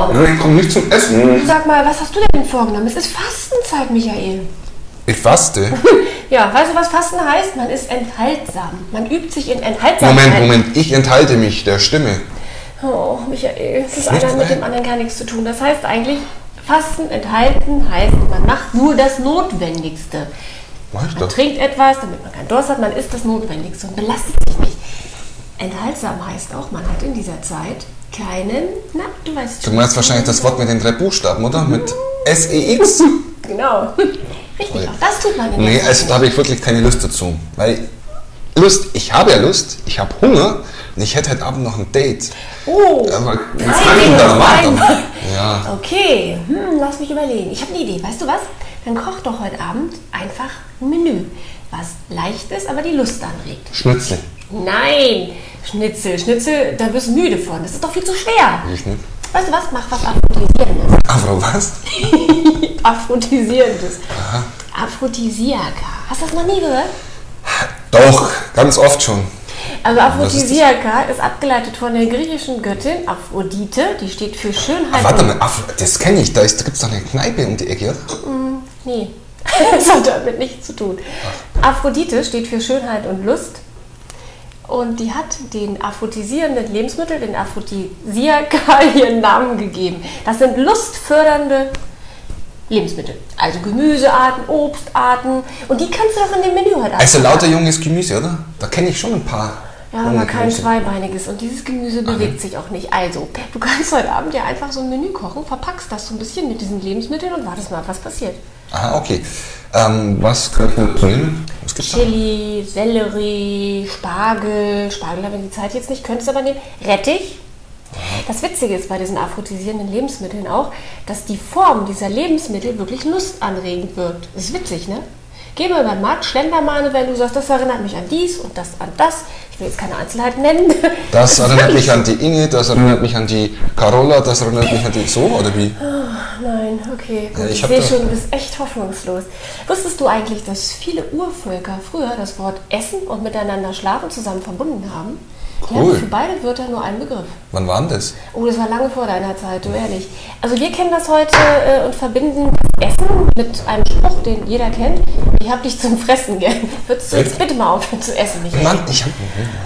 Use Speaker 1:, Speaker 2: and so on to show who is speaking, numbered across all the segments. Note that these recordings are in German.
Speaker 1: Oh.
Speaker 2: Nein, komm nicht zum Essen.
Speaker 1: Sag mal, was hast du denn vorgenommen? Es ist Fastenzeit, Michael.
Speaker 2: Ich faste.
Speaker 1: Ja, weißt du, was Fasten heißt? Man ist enthaltsam. Man übt sich in Enthaltsamkeit.
Speaker 2: Moment. Ich enthalte mich der Stimme.
Speaker 1: Oh, Michael, das
Speaker 2: Nicht
Speaker 1: hat mit dem anderen gar nichts zu tun. Das heißt eigentlich, Fasten, enthalten heißt, man macht nur das Notwendigste.
Speaker 2: Mach ich
Speaker 1: Man
Speaker 2: doch.
Speaker 1: trinkt etwas, damit man keinen Durst hat, man isst das Notwendigste und belastet sich nicht. Enthaltsam heißt auch, man hat in dieser Zeit keinen, na, du weißt
Speaker 2: Du
Speaker 1: schon.
Speaker 2: meinst wahrscheinlich das Wort mit den 3 Buchstaben, oder? Mit SEX?
Speaker 1: Genau. Richtig, auch das tut man in
Speaker 2: Nee,
Speaker 1: der
Speaker 2: also da habe ich wirklich keine Lust dazu. Weil ich habe ja Lust, ich habe Hunger und ich hätte heute Abend noch ein Date.
Speaker 1: Oh,
Speaker 2: Aber
Speaker 1: drei
Speaker 2: jetzt kann ich
Speaker 1: Dinge
Speaker 2: da
Speaker 1: auf
Speaker 2: warten.
Speaker 1: einmal.
Speaker 2: Ja.
Speaker 1: Okay, lass mich überlegen. Ich habe eine Idee. Weißt du was? Dann koch doch heute Abend einfach ein Menü, was leicht ist, aber die Lust anregt.
Speaker 2: Schnitzel.
Speaker 1: Nein, Schnitzel, da wirst du müde von. Das ist doch viel zu schwer.
Speaker 2: Ich nicht.
Speaker 1: Weißt du was? Mach was Aphrodisierendes.
Speaker 2: Aber was?
Speaker 1: Aphrodisierendes. Aphrodisiaka. Hast du das noch nie gehört?
Speaker 2: Doch, ganz oft schon.
Speaker 1: Also Aphrodisiaka ist abgeleitet von der griechischen Göttin Aphrodite. Die steht für Schönheit.
Speaker 2: Warte mal, das kenne ich. Da gibt es doch eine Kneipe um die Ecke, oder?
Speaker 1: Nee, das hat damit nichts zu tun. Aphrodite steht für Schönheit und Lust. Und die hat den aphrodisierenden Lebensmittel, den Aphrodisiaka, ihren Namen gegeben. Das sind lustfördernde Lebensmittel. Also Gemüsearten, Obstarten. Und die kannst du doch in dem Menü heute
Speaker 2: Also lauter junges Gemüse, oder? Da kenne ich schon ein paar.
Speaker 1: Ja, aber kein zweibeiniges. Und dieses Gemüse bewegt sich auch nicht. Also, du kannst heute Abend ja einfach so ein Menü kochen, verpackst das so ein bisschen mit diesen Lebensmitteln und wartest mal, was passiert.
Speaker 2: Aha, okay. Was kann ich denn drin? Was gibt's da?
Speaker 1: Chili, Sellerie, Spargel habe ich die Zeit jetzt nicht, könntest aber nehmen. Rettich. Das Witzige ist bei diesen aphrodisierenden Lebensmitteln auch, dass die Form dieser Lebensmittel wirklich lustanregend wirkt. Das ist witzig, ne? Geh mal über den Markt, schlender mal, wenn du sagst, das erinnert mich an dies und das an das. Ich will jetzt keine Einzelheiten nennen.
Speaker 2: Das erinnert mich an die Inge, das erinnert mich an die Carola, das erinnert mich an die so, oder wie?
Speaker 1: Nein, okay, gut.
Speaker 2: Ja,
Speaker 1: ich sehe schon, du bist echt hoffnungslos. Wusstest du eigentlich, dass viele Urvölker früher das Wort Essen und miteinander schlafen zusammen verbunden haben? Die
Speaker 2: Cool.
Speaker 1: haben für beide Wörter nur einen Begriff.
Speaker 2: Wann war denn das?
Speaker 1: Oh, das war lange vor deiner Zeit, du ehrlich. Also wir kennen das heute und verbinden Essen mit einem Spruch, den jeder kennt. Ich habe dich zum Fressen gern. Würdest du jetzt bitte mal aufhören zu essen, Michael?
Speaker 2: Mann, ich hab...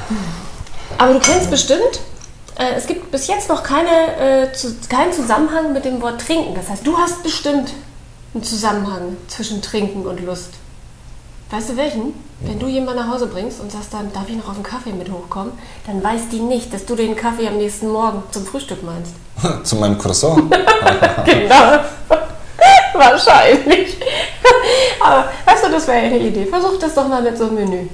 Speaker 1: Aber du kennst bestimmt, es gibt bis jetzt noch keinen Zusammenhang mit dem Wort trinken. Das heißt, du hast bestimmt einen Zusammenhang zwischen Trinken und Lust. Weißt du welchen? Wenn du jemanden nach Hause bringst und sagst dann, darf ich noch auf einen Kaffee mit hochkommen, dann weiß die nicht, dass du den Kaffee am nächsten Morgen zum Frühstück meinst.
Speaker 2: Zu meinem Croissant.
Speaker 1: Genau. Wahrscheinlich. Aber weißt du, das wäre eine Idee. Versuch das doch mal mit so einem Menü.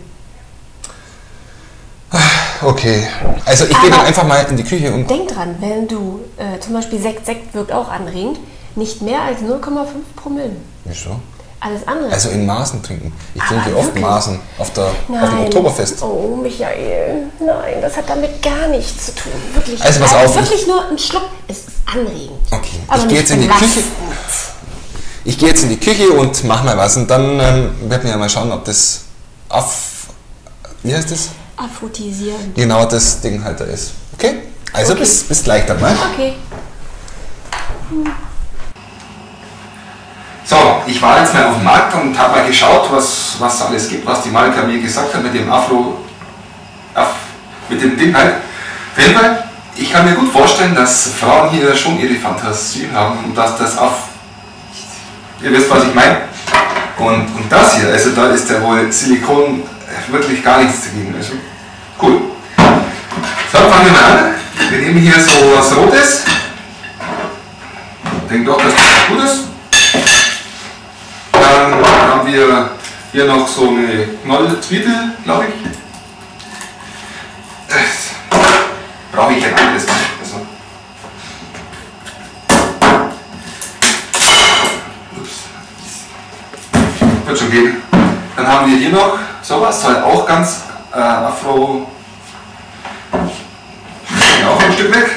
Speaker 2: Okay, also ich gehe dann einfach mal in die Küche und...
Speaker 1: Denk dran, wenn du zum Beispiel Sekt wirkt auch anregend, nicht mehr als 0,5 Promille.
Speaker 2: Wieso?
Speaker 1: Alles andere.
Speaker 2: Also in Maßen trinken. Ich
Speaker 1: Aber
Speaker 2: trinke oft
Speaker 1: wirklich?
Speaker 2: Maßen auf dem Oktoberfest.
Speaker 1: Oh, Michael. Nein, das hat damit gar nichts zu tun. Wirklich.
Speaker 2: Also pass auf,
Speaker 1: wirklich nur ein Schluck. Es ist anregend.
Speaker 2: Okay,
Speaker 1: Aber
Speaker 2: ich gehe
Speaker 1: nicht
Speaker 2: jetzt in die
Speaker 1: belastend.
Speaker 2: Küche. Ich gehe jetzt in die Küche und mach mal was und dann werden wir ja mal schauen, ob das wie heißt das?
Speaker 1: Aphrodisieren.
Speaker 2: Genau das Ding halt da ist. Okay? Also
Speaker 1: Okay.
Speaker 2: bis gleich dann mal.
Speaker 1: Okay.
Speaker 2: So, ich war jetzt mal auf dem Markt und habe mal geschaut, was alles gibt, was die Malika mir gesagt hat mit dem mit dem Ding halt. Auf jeden Fall, ich kann mir gut vorstellen, dass Frauen hier schon ihre Fantasie haben und dass das ihr wisst, was ich meine. Und das hier, also da ist ja wohl Silikon wirklich gar nichts dagegen. Also, cool. So, fangen wir mal an. Wir nehmen hier so was Rotes. Ich denke doch, dass das gut ist. Dann haben wir hier noch so eine Knoll-Zwiebel, glaube ich. Das brauche ich ein anderes. Also. Ups. Wird schon gehen. Dann haben wir hier noch sowas, halt auch ganz Afro. Ja, auch ein Stück weg.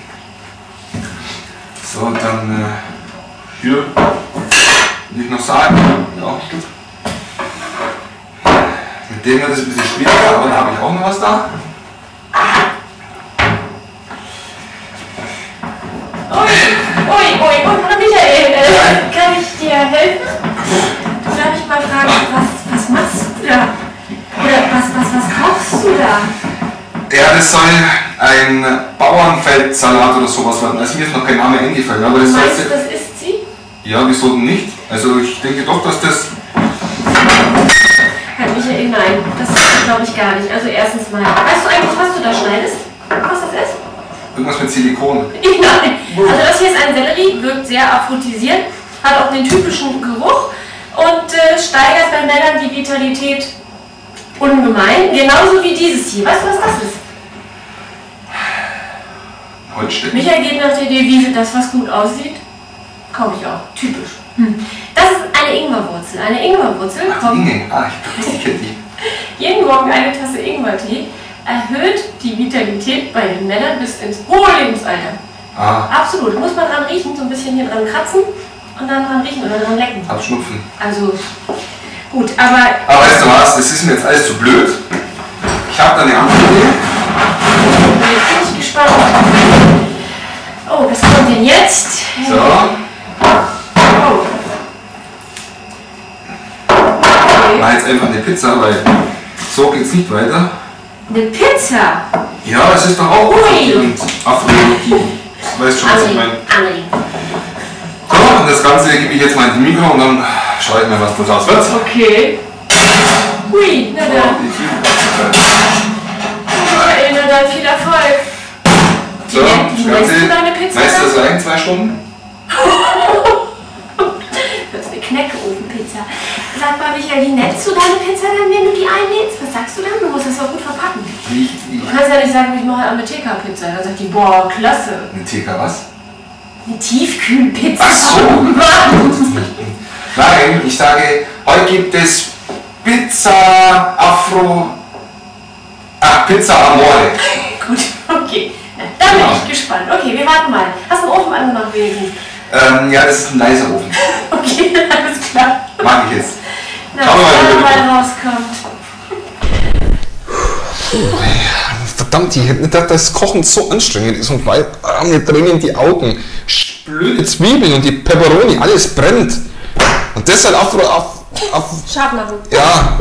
Speaker 2: So, dann hier. Will ich noch sagen, ja, ein Stück. Mit dem wird es ein bisschen schwieriger, aber da habe ich auch noch was da.
Speaker 1: Hallo Michael, kann ich dir helfen? Du darf ich mal fragen, was machst du da? Oder was kochst du da?
Speaker 2: Ja, das soll ein Bauernfeldsalat oder sowas werden. Also mir ist noch kein Name eingefallen. Aber das
Speaker 1: Meinst du, das isst sie?
Speaker 2: Ja, wieso denn nicht? Also ich denke doch, dass das...
Speaker 1: Herr Michael, nein, das glaube ich gar nicht. Also erstens mal, weißt du eigentlich, was du da schneidest? Was das ist?
Speaker 2: Irgendwas mit Silikon.
Speaker 1: Nein. Also das hier ist ein Sellerie, wirkt sehr aphrodisierend, hat auch den typischen Geruch und steigert bei Männern die Vitalität ungemein. Genauso wie dieses hier. Weißt du, was das ist?
Speaker 2: Holzstecken.
Speaker 1: Michael geht nach der Devise, das was gut aussieht, kaufe ich auch. Typisch. Das ist eine Ingwerwurzel. Eine Ingwerwurzel kommt
Speaker 2: Ich kenne die.
Speaker 1: jeden Morgen eine Tasse Ingwertee, erhöht die Vitalität bei den Männern bis ins hohe Lebensalter. Absolut. Muss man dran riechen, so ein bisschen hier dran kratzen und dann dran riechen oder dran lecken.
Speaker 2: Abschnupfen.
Speaker 1: Also gut, aber...
Speaker 2: Aber weißt du was, das ist mir jetzt alles zu blöd. Ich habe da eine andere Idee.
Speaker 1: Jetzt bin ich gespannt. Oh, was kommt denn jetzt?
Speaker 2: So.
Speaker 1: Oh. Okay.
Speaker 2: Mach jetzt einfach eine Pizza, weil so geht's nicht weiter.
Speaker 1: Eine Pizza?
Speaker 2: Ja, es ist doch auch
Speaker 1: Ui.
Speaker 2: und Afrologie. Du weißt schon, was ich meine. So, und das Ganze gebe ich jetzt mal in die Mikro und dann schaue ich mal, was daraus wird.
Speaker 1: Okay. Hui, na dann. Na dann viel Erfolg.
Speaker 2: So,
Speaker 1: Wie nennst du deine Pizza?
Speaker 2: Meinst du das rein 2 Stunden?
Speaker 1: Das ist eine Knäckeofenpizza. Sag mal, Michael, wie nennst du deine Pizza dann, wenn du die einlädst? Was sagst du dann? Du musst das auch gut verpacken. Du kannst ja nicht sagen, ich mache eine TK-Pizza. Dann sagt die, boah, klasse.
Speaker 2: Eine TK was?
Speaker 1: Eine Tiefkühlpizza.
Speaker 2: Ach so.
Speaker 1: Oh Mann.
Speaker 2: Nein, ich sage, heute gibt es Pizza Pizza Amore.
Speaker 1: Gut, okay. Na, dann bin ich gespannt. Okay, wir warten mal. Hast du einen Ofen angemacht gewesen?
Speaker 2: Ja, das ist ein leiser Ofen.
Speaker 1: Okay, alles klar.
Speaker 2: Mag ich jetzt.
Speaker 1: Na,
Speaker 2: Schauen wir mal,
Speaker 1: was mal rauskommt.
Speaker 2: Verdammt, ich hätte nicht gedacht, dass das Kochen so anstrengend ist und weil mir drängen die Augen. Blöde Zwiebeln und die Peperoni, alles brennt. Und das halt auf
Speaker 1: Scharf machen.
Speaker 2: ja.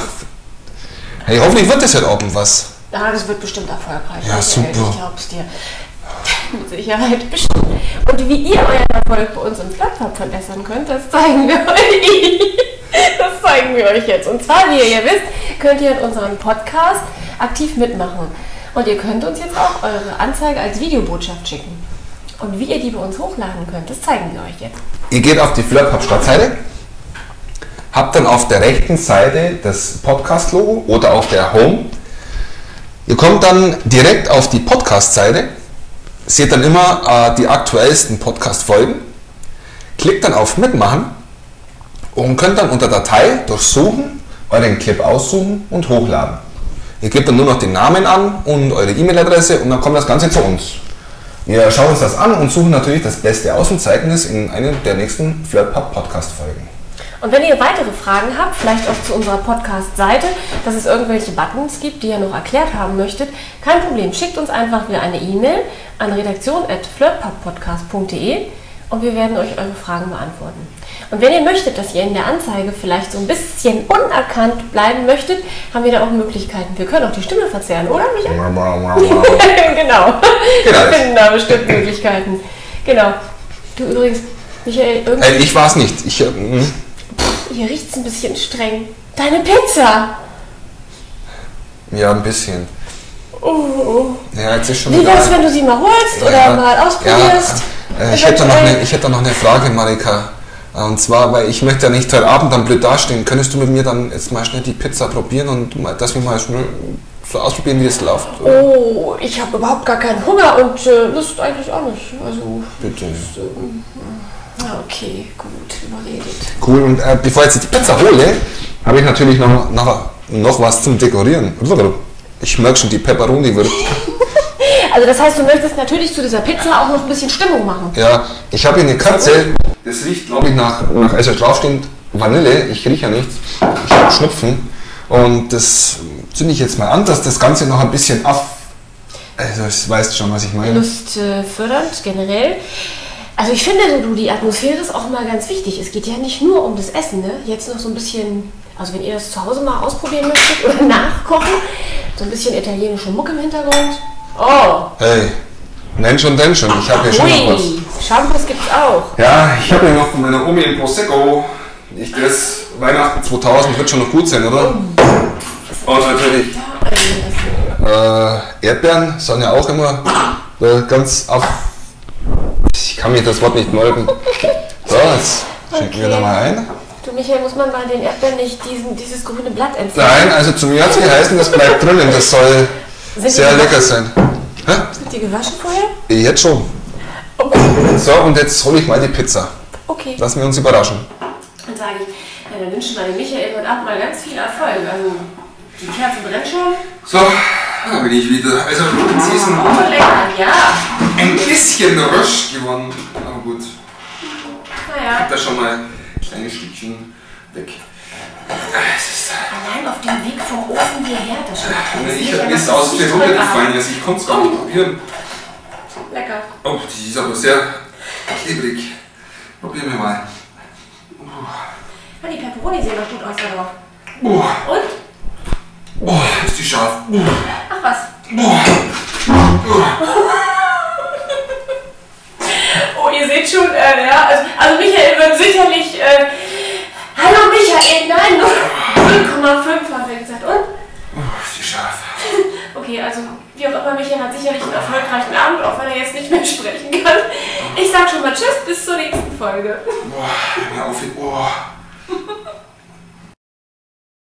Speaker 2: Hey, hoffentlich wird das halt oben was.
Speaker 1: Ja, das wird bestimmt erfolgreich.
Speaker 2: Ja, super.
Speaker 1: Ich glaub's dir. Mit Sicherheit bestimmt. Und wie ihr euren Erfolg bei uns im Flirtpub verbessern könnt, das zeigen wir euch. Das zeigen wir euch jetzt. Und zwar, wie ihr wisst, könnt ihr in unserem Podcast aktiv mitmachen. Und ihr könnt uns jetzt auch eure Anzeige als Videobotschaft schicken. Und wie ihr die bei uns hochladen könnt, das zeigen wir euch jetzt.
Speaker 2: Ihr geht auf die Flirtpub-Startseite, habt dann auf der rechten Seite das Podcast-Logo oder auf der Home. Ihr kommt dann direkt auf die Podcast-Seite, seht dann immer die aktuellsten Podcast-Folgen, klickt dann auf Mitmachen und könnt dann unter Datei durchsuchen, euren Clip aussuchen und hochladen. Ihr gebt dann nur noch den Namen an und eure E-Mail-Adresse und dann kommt das Ganze zu uns. Wir schauen uns das an und suchen natürlich das Beste aus und zeigen es in einer der nächsten Flirtpub-Podcast-Folgen.
Speaker 1: Und wenn ihr weitere Fragen habt, vielleicht auch zu unserer Podcast-Seite, dass es irgendwelche Buttons gibt, die ihr noch erklärt haben möchtet, kein Problem. Schickt uns einfach wieder eine E-Mail an redaktion@flirtpubpodcast.de und wir werden euch eure Fragen beantworten. Und wenn ihr möchtet, dass ihr in der Anzeige vielleicht so ein bisschen unerkannt bleiben möchtet, haben wir da auch Möglichkeiten. Wir können auch die Stimme verzerren, oder Michael? Genau. Wir finden da bestimmt Möglichkeiten. Genau. Du übrigens, Michael, irgendwie...
Speaker 2: Ich war es nicht.
Speaker 1: Hier riecht es ein bisschen streng. Deine Pizza!
Speaker 2: Ja, ein bisschen.
Speaker 1: Oh.
Speaker 2: Ja, jetzt ist schon
Speaker 1: Wie wär's, wenn du sie mal holst oder mal ausprobierst?
Speaker 2: Ja, ich hätte noch eine Frage, Marika. Und zwar, weil ich möchte ja nicht heute Abend dann blöd dastehen. Könntest du mit mir dann jetzt mal schnell die Pizza probieren und dass wir mal schnell so ausprobieren, wie es läuft?
Speaker 1: Oh, ich habe überhaupt gar keinen Hunger und Lust eigentlich auch nicht. Also,
Speaker 2: bitte.
Speaker 1: Okay, gut, überredet.
Speaker 2: Cool, und bevor ich jetzt die Pizza hole, habe ich natürlich noch was zum Dekorieren. Ich merke schon, die Peperoni wird.
Speaker 1: Also das heißt, du möchtest natürlich zu dieser Pizza auch noch ein bisschen Stimmung machen.
Speaker 2: Ja, ich habe hier eine Katze. Das riecht, glaube ich, nach also draufstehend Vanille. Ich rieche ja nichts. Ich habe Schnupfen. Und das zünde ich jetzt mal an, dass das Ganze noch ein bisschen also, ich weiß schon, was ich meine.
Speaker 1: Lustfördernd generell. Also ich finde, so, die Atmosphäre ist auch mal ganz wichtig. Es geht ja nicht nur um das Essen, ne? Jetzt noch so ein bisschen, also wenn ihr das zu Hause mal ausprobieren möchtet oder nachkochen, so ein bisschen italienische Muck im Hintergrund. Oh!
Speaker 2: Hey, nenn schon, denn schon. Ich habe hier schon noch was.
Speaker 1: Shampoos gibt's auch.
Speaker 2: Ja, ich habe hier noch von meiner Omi ein Prosecco. Das Weihnachten 2000 wird schon noch gut sein, oder? Und natürlich Erdbeeren sind ja auch immer ganz auf. Ich kann mich das Wort nicht melden. So, jetzt schenken wir da mal ein.
Speaker 1: Du Michael, muss man bei den Erdbeeren nicht dieses grüne Blatt entfernen?
Speaker 2: Nein, also zu mir hat es geheißen, das bleibt drinnen. Das soll sehr lecker sein. Hä?
Speaker 1: Sind die gewaschen vorher?
Speaker 2: Jetzt schon.
Speaker 1: Okay.
Speaker 2: So, und jetzt hole ich mal die Pizza.
Speaker 1: Okay.
Speaker 2: Lassen wir uns überraschen.
Speaker 1: Dann sage ich, ja, dann wünschen wir dem Michael heute Abend mal ganz viel Erfolg. Also, die Kerze brennt schon.
Speaker 2: So, da bin ich wieder. Also, sie ist
Speaker 1: Oh, lecker, ja.
Speaker 2: ein bisschen rösch geworden. Aber gut.
Speaker 1: Naja.
Speaker 2: Da schon mal kleine Stückchen weg.
Speaker 1: Allein auf dem Weg vom Ofen hierher, das schon.
Speaker 2: Ich habe jetzt aus der Runde gefallen, also ich konnte es gar nicht probieren.
Speaker 1: Lecker.
Speaker 2: Oh, die ist aber sehr klebrig. Probieren wir mal.
Speaker 1: Ja, die Peperoni sehen doch gut aus da drauf.
Speaker 2: Oh,
Speaker 1: Und?
Speaker 2: oh, ist die scharf.
Speaker 1: Ach was. Oh, ihr seht schon, ja, also Michael wird sicherlich, hallo Michael, nein, 0,5 haben wir gesagt, und?
Speaker 2: Oh, ist die scharf.
Speaker 1: Okay, also wie auch immer, Michael hat sicherlich einen erfolgreichen Abend, auch wenn er jetzt nicht mehr sprechen kann. Ich sag schon mal Tschüss, bis zur nächsten Folge.
Speaker 2: Boah, hör mir auf. Oh.